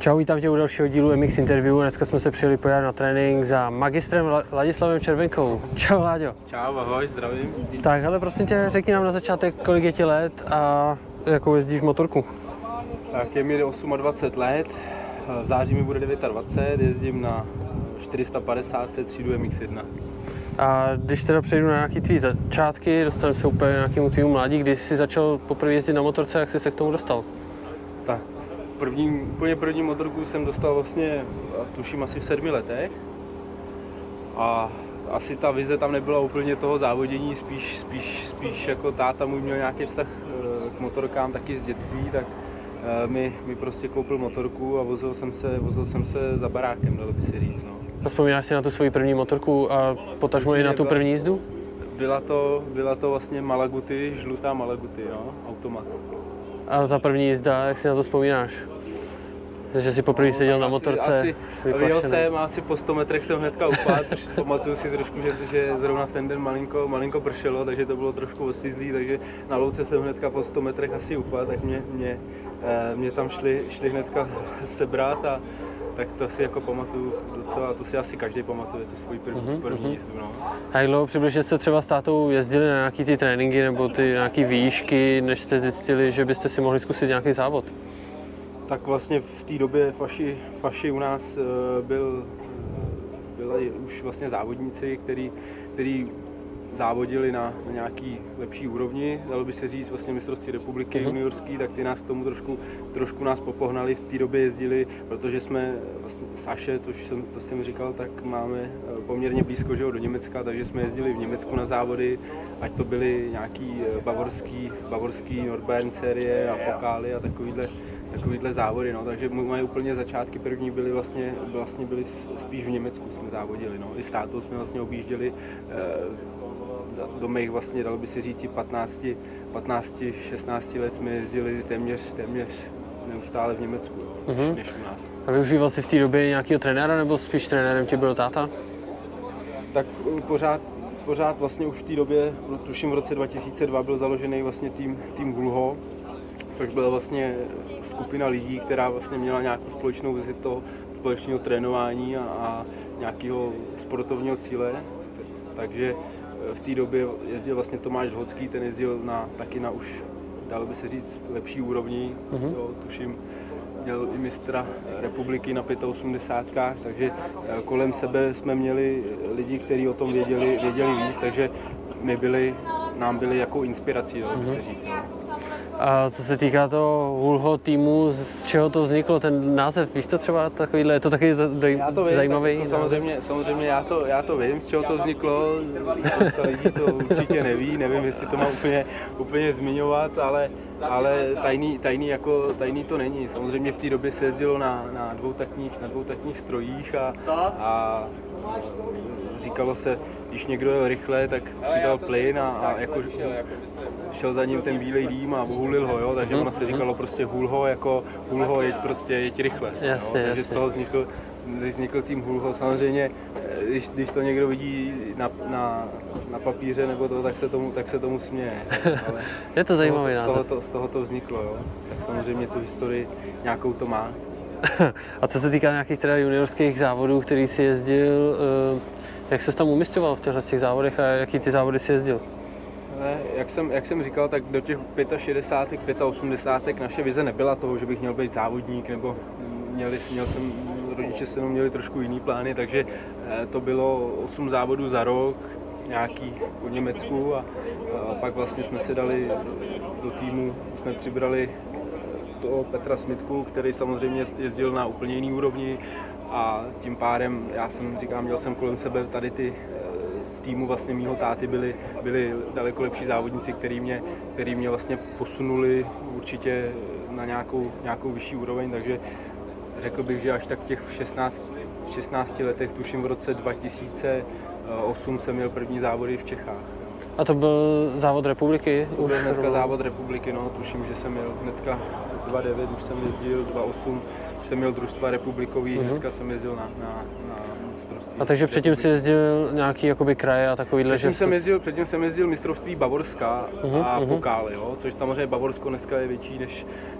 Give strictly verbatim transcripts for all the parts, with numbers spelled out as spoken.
Čau, vítám tě u dalšího dílu M X Interview. Dneska jsme se přijeli pojít na trénink za magistrem Ladislavem Červenkou. Čau, Láďo. Čau, ahoj, zdravím. Tak, hele, prosím tě, řekni nám na začátek, kolik je ti let a jakou jezdíš motorku. Tak je mi dvacet osm let, v září mi bude dvacet devět, jezdím na čtyři sta padesát třídu M X jedna. A když teda přejdu na nějaký tvý začátky, dostaneme se úplně nějakému tvýmu mládí, kdy jsi začal poprvé jezdit na motorce, jak jsi se k tomu dostal? Tak, první, úplně první motorku jsem dostal vlastně, tuším, asi v sedmi letech. A asi ta vize tam nebyla úplně toho závodění, spíš, spíš, spíš jako táta můj měl nějaký vztah k motorkám taky z dětství, tak mi, mi prostě koupil motorku a vozil jsem se, vozil jsem se za barákem, dalo by se říct. No. A vzpomínáš si na tu svoji první motorku a potažmo i na tu první jízdu? Byla to, byla to vlastně Malaguty, žlutá Malaguty, no, automat. A ta první jízda, jak si na to vzpomínáš? Že jsi poprvé no, seděl na motorce? Asi, vyjel jsem, asi po sto metrech jsem hnedka upadl, pamatuju si trošku, že, že zrovna v ten den malinko, malinko pršelo, takže to bylo trošku oslizlý, takže na louce jsem hnedka po sto metrech asi upadl, tak mě, mě, mě tam šli, šli hnedka sebrat a tak to si jako pamatuju docela, to si asi každý pamatuje, tu svoji první, mm-hmm. první jízdu. No. A jak dlouho přibližně jste třeba s tátou jezdili na nějaký ty tréninky nebo ty nějaký výšky, než jste zjistili, že byste si mohli zkusit nějaký závod? Tak vlastně v té době faši, faši u nás byl, byli už vlastně závodníci, který, který závodili na, na nějaký lepší úrovni, dalo by se říct vlastně mistrovství republiky uh-huh. juniorský, tak ty nás k tomu trošku, trošku nás popohnali, v té době jezdili, protože jsme vlastně Saše, což jsem, to jsem říkal, tak máme poměrně blízko, že jo, do Německa, takže jsme jezdili v Německu na závody, ať to byly nějaký bavorský, bavorský Nordbern série a pokály a takovýhle takovýhle závody, no, takže moje úplně začátky první byly vlastně, vlastně byly spíš v Německu jsme závodili, no, i s tátou jsme vlastně objížděli eh, do mých vlastně, dalo by se říct, patnáct šestnáct let jsme jezdili téměř, téměř neustále v Německu, mm-hmm. než u nás. A využíval jsi v té době nějakého trenéra, nebo spíš trenérem tě byl táta? Tak pořád, pořád vlastně už v té době, tuším v roce dva tisíce dva byl založený vlastně tým, tým Hulho, což byla vlastně skupina lidí, která vlastně měla nějakou společnou vizi toho společného trénování a, a nějakého sportovního cíle. Takže v té době jezdil vlastně Tomáš Dlhocký, ten jezdil na, taky na už, dalo by se říct, lepší úrovni. Mm-hmm. Jo, tuším, měl i mistra republiky na osmdesátkách, takže kolem sebe jsme měli lidi, kteří o tom věděli, věděli víc, takže my byli, nám byli jako inspirací, dalo by se říct. Jo. A co se týká toho Hulho týmu, z čeho to vzniklo, ten název, víš to třeba takovýhle, je to taky já to vím, zajímavý? Jako samozřejmě, samozřejmě já to, já to vím, z čeho to vzniklo, spousta lidí to určitě neví, nevím, jestli to mám úplně, úplně zmiňovat, ale, ale tajný, tajný, jako, tajný to není. Samozřejmě v té době se jezdilo na, na dvoutakních, na dvoutakních strojích a, a říkalo se, když někdo jel rychle, tak přidal plyn a, a jako šel za ním ten bílej dým a hulil ho, jo, takže ono se říkalo prostě Hulho, jako Hulho, jeď prostě, jeď rychle. Jasně, jo, takže jasně. z toho vznikl, vznikl tým Hulho. Samozřejmě, když, když to někdo vidí na, na, na papíře nebo to, tak se tomu, tak se tomu směje. Ale je to zajímavé. Z toho to, z toho to vzniklo, jo. Tak samozřejmě tu historii nějakou to má. A co se týká nějakých teda juniorských závodů, který jsi jezdil, jak ses tam umisťoval v těchto těch závodech a jaký ty závody jsi jezdil? Jak jsem, jak jsem říkal, tak do těch šedesátek pět, osmdesátek naše vize nebyla toho, že bych měl být závodník, nebo měli, měl jsem, rodiče se mnou měli trošku jiný plány, takže to bylo osm závodů za rok, nějaký po Německu a, a pak vlastně jsme se dali do týmu, jsme přibrali toho Petra Smitku, který samozřejmě jezdil na úplně jiný úrovni a tím pádem, já jsem říkám, měl jsem kolem sebe tady ty v týmu vlastně mýho táty byli, byli daleko lepší závodníci, který mě, který mě vlastně posunuli určitě na nějakou, nějakou vyšší úroveň, takže řekl bych, že až tak v těch šestnácti letech, tuším v roce dva tisíce osm jsem měl první závody v Čechách. A to byl závod republiky? To byl hnedka závod republiky, no, tuším, že jsem měl hnedka dva devět, už jsem jezdil, dva osm, už jsem měl družstva republikový, mm-hmm. hnedka jsem jezdil na, na, na mistrovství. A takže předtím jsi jezdil nějaký jakoby kraje a takovýhle, předtím že... Jsem jezdil, předtím jsem jezdil mistrovství Bavorska uh-huh, a uh-huh. pokály, jo, což samozřejmě Bavorsko dneska je větší než,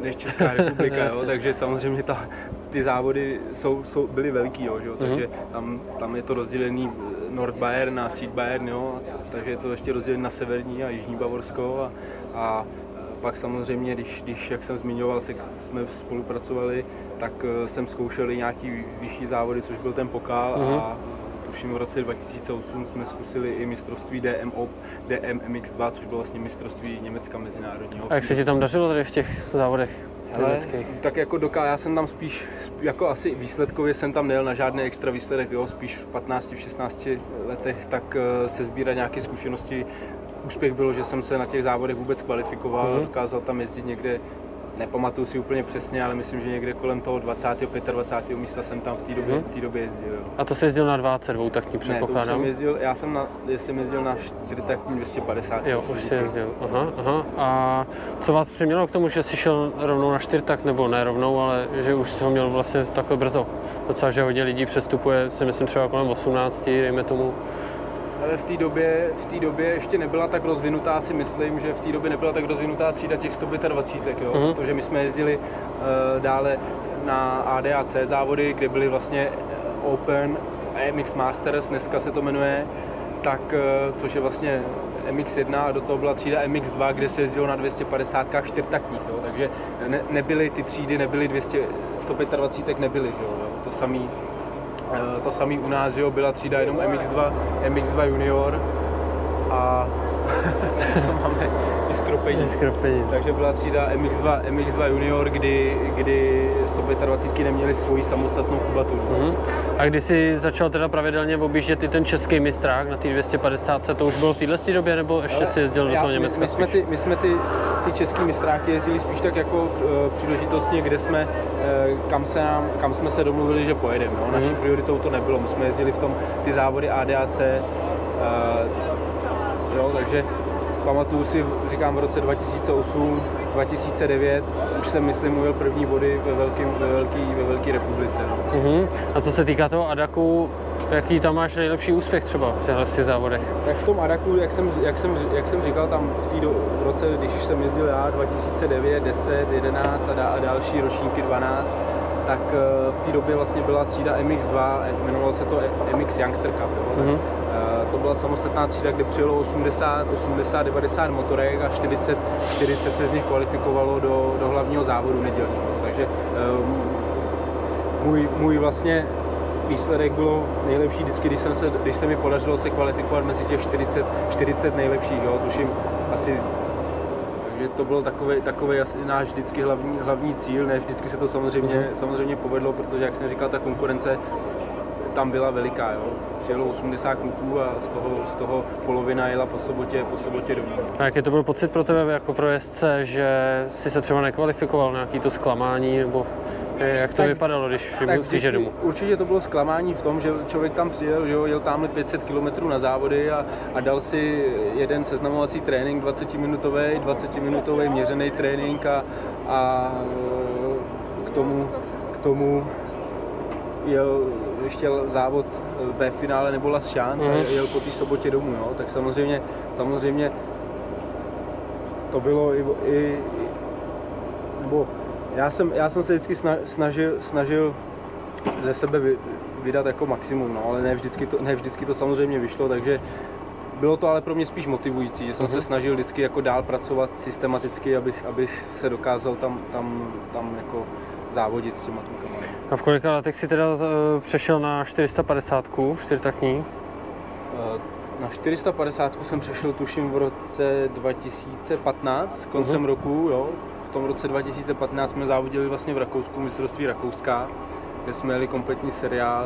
než Česká republika, jo, takže samozřejmě ta, ty závody jsou, jsou, byly velký, jo, že jo, takže tam, tam je to rozdělený Nord Bayern a Süd Bayern, jo, takže je to ještě rozdělené na severní a jižní Bavorsko a, a pak samozřejmě, když, když, jak jsem zmiňoval, se, jsme spolupracovali, tak jsem zkoušel i nějaký vyšší závody, což byl ten pokal mm-hmm. a tuším v roce dva tisíce osm jsme zkusili i mistrovství D M O P, D M M X dva, což bylo vlastně mistrovství Německa mezinárodního. A jak se ti tam dařilo tady v těch závodech? Hele, tak jako doká, já jsem tam spíš, jako asi výsledkově jsem tam nejel na žádný extra výsledek, jo, spíš v patnácti, v šestnácti letech, tak se sbírat nějaké zkušenosti. Úspěch bylo, že jsem se na těch závodech vůbec kvalifikoval, mm-hmm. dokázal tam jezdit někde, nepamatuju si úplně přesně, ale myslím, že někde kolem toho dvacátého dvacátého pátého místa jsem tam v té době, mm-hmm. v té době jezdil. Jo. A to jsi jezdil na dvacet dvoutaktní, předpokládám? Ne, to jsem jezdil, já jsem, na, jsem jezdil na čtyřtaktní dvě stě padesát. Jo, už jsi jezdil, aha, aha. A co vás přimělo k tomu, že jsi šel rovnou na čtyřtakt, nebo ne rovnou, ale že už jsi ho měl vlastně takhle brzo? Docela, že hodně lidí přestupuje, si myslím třeba kolem osmnácti, dejme tomu. Ale v té době, v té době ještě nebyla tak rozvinutá, si myslím, že v té době nebyla tak rozvinutá třída těch sto dvacet pět, jo? Mm-hmm. Protože my jsme jezdili uh, dále na A D A C závody, kde byly vlastně Open a M X Masters, dneska se to jmenuje, tak, uh, což je vlastně M X jedna a do toho byla třída M X dva, kde se jezdilo na dvě stě padesát čtyřtaktních, jo? Takže ne, nebyly ty třídy, nebyly dvě stě, sto dvacet pět nebyly, že jo? To samý. To samý u nás, že jo, byla třída jenom M X dva, M X dva Junior a máme i skropení. skropení. Takže byla třída M X dva, M X dva Junior, kdy, kdy sto dvacet neměli svoji samostatnou kubaturu. Mm-hmm. A když jsi začal teda pravidelně objíždět i ten český mistrák na té dvě stě padesát, to už bylo v této době, nebo ještě si jezdil do toho Německa? My, my jsme, ty, my jsme ty, ty český mistráky jezdili spíš tak jako uh, příležitostně, kde jsme, uh, kam, se nám, kam jsme se domluvili, že pojedeme. Mm-hmm. Naší prioritou to nebylo, my jsme jezdili v tom ty závody A D A C, uh, jo, takže pamatuju si, říkám, v roce dva tisíce osm, dva tisíce devět už jsem, myslím, ujel první body ve velký, ve velký, ve velký republice. No. Uh-huh. A co se týká toho Adaku, jaký tam máš nejlepší úspěch třeba v těchto závodech? Tak v tom Adaku, jak jsem, jak jsem, jak jsem říkal, tam v té roce, když jsem jezdil já, dva tisíce devět, deset, jedenáct a, dá, a další ročníky dvanáct, tak v té době vlastně byla třída M X dva, jmenovalo se to M X Youngster Cup. Jo? Uh-huh. To byla samostatná třída, kde přijelo osmdesát, osmdesát, devadesát motorek a čtyřicet, čtyřicet se z nich kvalifikovalo do, do hlavního závodu nedělního. Takže um, můj, můj vlastně výsledek bylo nejlepší vždycky, když, jsem se, když se mi podařilo se kvalifikovat mezi těch čtyřicet, čtyřicet nejlepších, jo? Tuším asi. Takže to byl takový, takový náš vždycky hlavní, hlavní cíl, ne vždycky se to samozřejmě, mm. samozřejmě povedlo, protože, jak jsem říkal, ta konkurence tam byla veliká, jo. Přijelo osmdesát kluků a z toho, z toho polovina jela po sobotě, po sobotě domů. A jaký to byl pocit pro tebe jako pro jezdce, že jsi se třeba nekvalifikoval na nějaký to zklamání, nebo jak to tak, vypadalo, když musíš domů? Určitě to bylo zklamání v tom, že člověk tam přijel, že jo, jel tamhle pět set kilometrů na závody a, a dal si jeden seznamovací trénink, dvacetiminutový, dvacetiminutový měřený trénink a, a k tomu, k tomu jel ještě závod B finále nebo Last Chance mm. a jel po té sobotě domů, jo. Tak samozřejmě, samozřejmě to bylo i, i nebo já jsem, já jsem se vždycky snažil, snažil ze sebe vydat jako maximum, no, ale ne vždycky, to, ne vždycky to samozřejmě vyšlo, takže bylo to ale pro mě spíš motivující, že jsem mm. se snažil vždycky jako dál pracovat systematicky, abych, abych se dokázal tam, tam, tam jako závodit s těma klukama. A v kolika letech jsi teda přešel na čtyři sta padesát, čtyřtaktní? Na čtyři sta padesát jsem přešel tuším v roce dva tisíce patnáct, koncem uh-huh. roku, jo. V tom roce dva tisíce patnáct jsme závodili vlastně v Rakousku, mistrovství Rakouska, kde jsme jeli kompletní seriál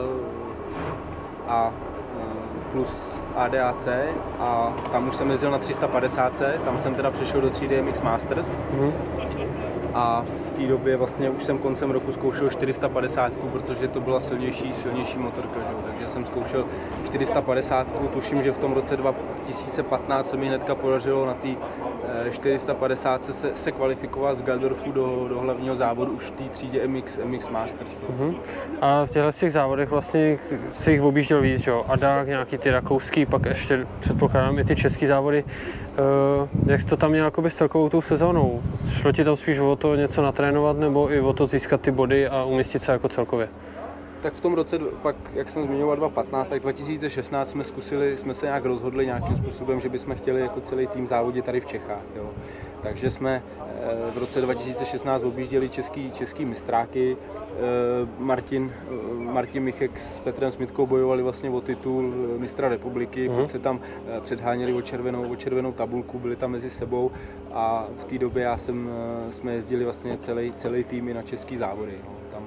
a plus A D A C a tam už jsem jezdil na tři sta padesát, tam jsem teda přešel do třídy M X Masters. Uh-huh. A v té době vlastně už jsem koncem roku zkoušel čtyři sta padesát, protože to byla silnější, silnější motorka, že? Takže jsem zkoušel čtyři sta padesát, tuším, že v tom roce dva tisíce patnáct se mi hnedka podařilo na té čtyři sta padesát se, se kvalifikovat z Geldorfu do, do hlavního závodu už v té třídě M X, M X Masters. No. Uh-huh. A v těchto těch závodech vlastně si jich objížděl víc, že jo? Adak, nějaký ty rakouský, pak ještě předpokládám i ty český závody. Uh, jak jsi to tam měl jakoby s celkovou tou sezónou? Šlo ti tam spíš o to to něco natrénovat, nebo i o to získat ty body a umístit se jako celkově? Tak v tom roce, pak, jak jsem zmiňoval dva tisíce patnáct, tak dva tisíce šestnáct jsme zkusili, jsme se nějak rozhodli nějakým způsobem, že bychom chtěli jako celý tým závodit tady v Čechách. Jo. Takže jsme v roce dva tisíce šestnáct objížděli český, český mistráky. Martin, Martin Michek s Petrem Smitkou bojovali vlastně o titul mistra republiky. Mm. se tam předháněli o červenou, o červenou tabulku, byli tam mezi sebou a v té době já jsem, jsme jezdili vlastně celý, celý tým i na český závody. Jo. Tam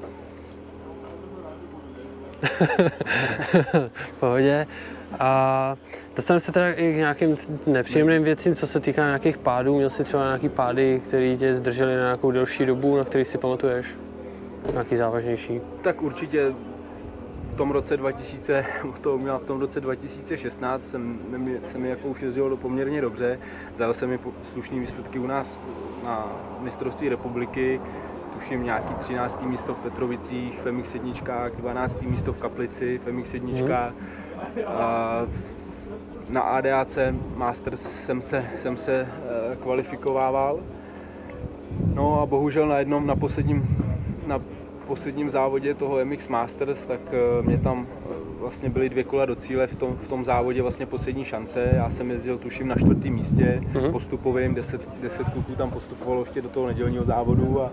v pohodě. A dostaneme se teda i k nějakým nepříjemným věcím, co se týká nějakých pádů. Měl jsi třeba nějaký pády, které tě zdržely na nějakou delší dobu, na který si pamatuješ? Nějaký závažnější? Tak určitě v tom roce dva tisíce, to měl v tom roce dva tisíce šestnáct jsem, se mi jako už jezdilo poměrně dobře. Zajel jsem mi slušný výsledky u nás na mistrovství republiky. Tuším nějaký třinácté místo v Petrovicích, v M X jedna, dvanácté místo v Kaplici, v M X jedna. Hmm. Na A D A C Masters jsem se, jsem se kvalifikovával. No a bohužel na jednom, na posledním, na posledním závodě toho M X Masters, tak mě tam vlastně byly dvě kola do cíle v tom, v tom závodě vlastně poslední šance. Já jsem jezdil tuším na čtvrtém místě mm-hmm. postupovým, deset, deset kluků tam postupovalo ještě do toho nedělního závodu a,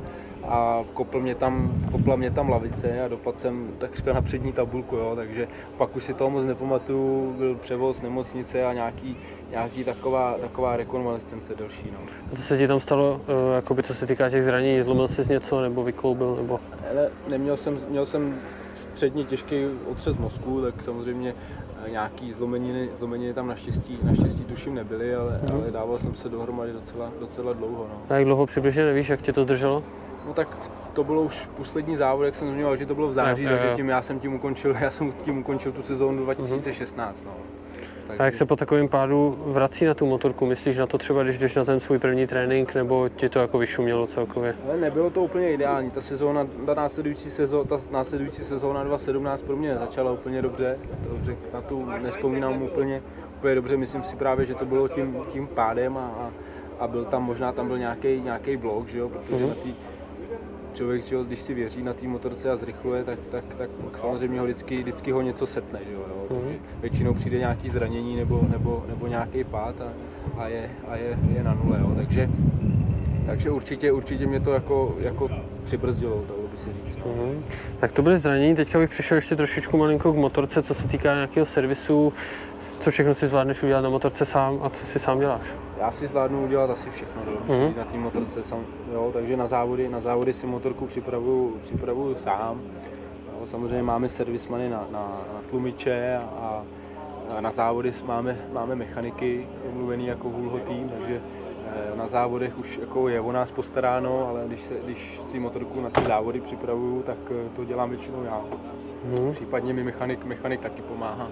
a kopl mě tam, kopla mě tam lavice a dopadl jsem takřka na přední tabulku, jo, takže pak už si toho moc nepamatuju, byl převoz nemocnice a nějaký, nějaký taková, taková rekonvalescence delší. No. A co se ti tam stalo, jakoby, co se týká těch zranění, zlomil jsi něco nebo vykloubil? Nebo? Ale neměl jsem, měl jsem středně těžký otřes mozku, tak samozřejmě nějaký zlomeniny, zlomeniny tam naštěstí, naštěstí tuším nebyly, ale, mm. ale dával jsem se dohromady docela, docela dlouho. No. A jak dlouho přibližně nevíš, jak tě to zdrželo? No tak to bylo už poslední závod, jak jsem zmiňoval, že to bylo v září, jo, jo, jo. takže tím já jsem tím ukončil, já jsem tím ukončil tu sezónu dva tisíce šestnáct. Mm. No. Takže... A jak se po takovém pádu vrací na tu motorku? Myslíš na to třeba, když jdeš na ten svůj první trénink, nebo ti to jako vyšumělo celkově? Ale nebylo to úplně ideální. Ta sezóna, ta následující sezóna, ta následující sezóna dva tisíce sedmnáct pro mě začala úplně dobře. dobře na tu nespomínám úplně, úplně dobře. Myslím si právě, že to bylo tím, tím pádem a, a, a byl tam možná tam byl nějaký nějaký blok, že jo, protože mm-hmm. na tý, člověk, že jo, když si věří na té motorce a zrychluje, tak, tak, tak samozřejmě ho vždycky, vždycky ho něco setne, že jo. jo. Mm-hmm. Většinou přijde nějaký zranění nebo, nebo, nebo nějaký pád a, a, je, a je, je na nule, jo. Takže, takže určitě, určitě mě to jako, jako přibrzdilo, dalo by se říct. Mm-hmm. Tak to byly zranění, teďka bych přišel ještě trošičku malinko k motorce, co se týká nějakého servisu. Co všechno si zvládneš udělat na motorce sám a co si sám děláš? Já si zvládnu udělat asi všechno, mm-hmm. na té motorce sám, jo, takže na závody, na závody si motorku připravuju, připravuju sám. Jo, samozřejmě máme servismany na, na, na tlumiče a, a na závody máme, máme mechaniky mluvený jako Hulho tým, takže na závodech už jako je o nás postaráno, ale když, se, když si motorku na ty závody připravuju, tak to dělám většinou já. Mm-hmm. Případně mi mechanik, mechanik taky pomáhá.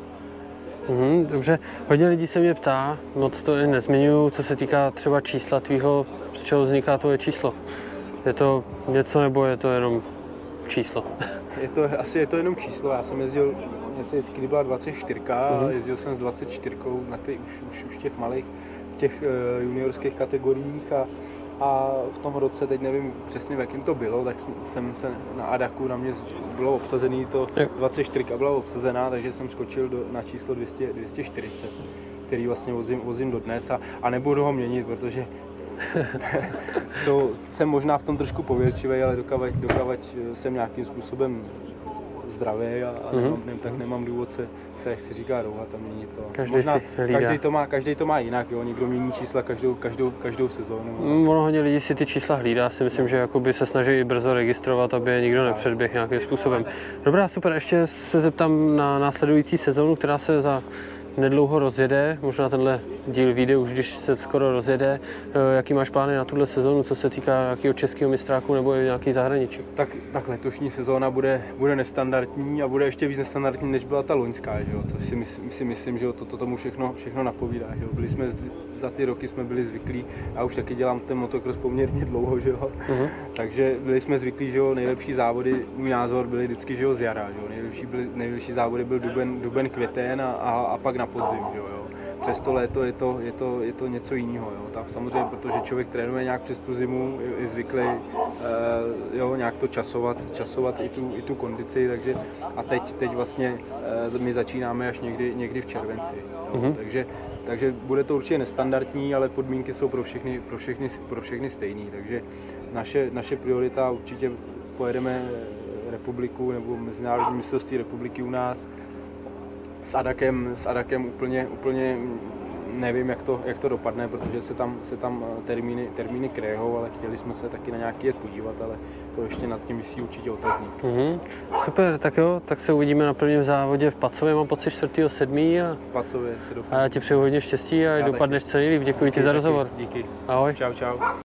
Mhm, dobře, hodně lidí se mě ptá, moc to nezmiňuju, co se týká třeba čísla tvýho, z čeho vzniká tvoje číslo. Je to něco nebo je to jenom číslo? Je to, asi je to jenom číslo, já jsem jezdil, mě se vždycky byla dvacet čtyři, mhm. jezdil jsem s dvacet čtyři na ty už, už, už těch malých, těch uh, juniorských kategoriích a, a v tom roce, teď nevím přesně v jakým to bylo, tak jsem se na Adaku, na mě bylo obsazený to dvacet čtyři byla obsazená, takže jsem skočil do, na číslo dvě stě, dvě stě čtyřicet, který vlastně vozím, vozím dodnes a, a nebudu ho měnit, protože to jsem možná v tom trošku pověrčivý, ale dokavať, dokavať jsem nějakým způsobem zdravý a, a nemám, mm-hmm. tak nemám důvod se, se, jak se říká, rouhat a měnit to. Každý, možná, každý, to má, každý to má jinak, jo? Někdo mění čísla každou, každou, každou sezónu. Ono hodně lidí si ty čísla hlídá, si myslím, no. že jakoby se snaží i brzo registrovat, aby je nikdo nepředběhl nějakým způsobem. Dobrá, super, ještě se zeptám na následující sezónu, která se za nedlouho rozjede, možná tenhle díl vyjde už, když se skoro rozjede. Jaký máš plány na tuhle sezónu, co se týká nějakého českého mistráku nebo i nějaký zahraničí? Tak, tak letošní sezóna bude, bude nestandardní a bude ještě víc nestandardní, než byla ta loňská, že jo? Což si, myslím, si myslím, že to, to tomu všechno, všechno napovídá. Že jo? Byli jsme, za ty roky jsme byli zvyklí, já už taky dělám ten motocross poměrně dlouho, že jo? Uh-huh. Takže byli jsme zvyklí, že jo, nejlepší závody, můj názor, byly vždycky, že jo, z jara, že jo? Nejlepší, byly, nejlepší závody byl duben, duben květen a, a, a pak na podzim, že jo? přes to léto je to, je to, je to něco jiného. Jo. Tak samozřejmě, protože člověk trénuje nějak přes tu zimu, je, je zvyklý uh, jo, nějak to časovat, časovat i tu, i tu kondici, takže a teď, teď vlastně uh, my začínáme až někdy, někdy v červenci. Jo. Mm-hmm. Takže, takže bude to určitě nestandardní, ale podmínky jsou pro všechny, pro všechny, pro všechny stejné. Takže naše, naše priorita určitě pojedeme republiku nebo mezinárodní mistrovství republiky u nás. S Adakem, s Adakem úplně, úplně nevím, jak to, jak to dopadne, protože se tam, se tam termíny, termíny kryjou, ale chtěli jsme se taky na nějaký jet podívat, ale to ještě nad tím visí určitě otazník. Mm-hmm. Super, tak jo, tak se uvidíme na prvním závodě v Pacově, mám pocit čtvrtého sedmého A, v Pacově se doufám. A já ti přeju hodně štěstí a dopadneš co nejlíp. Děkuji ti za rozhovor. Díky. Ahoj. Čau, čau.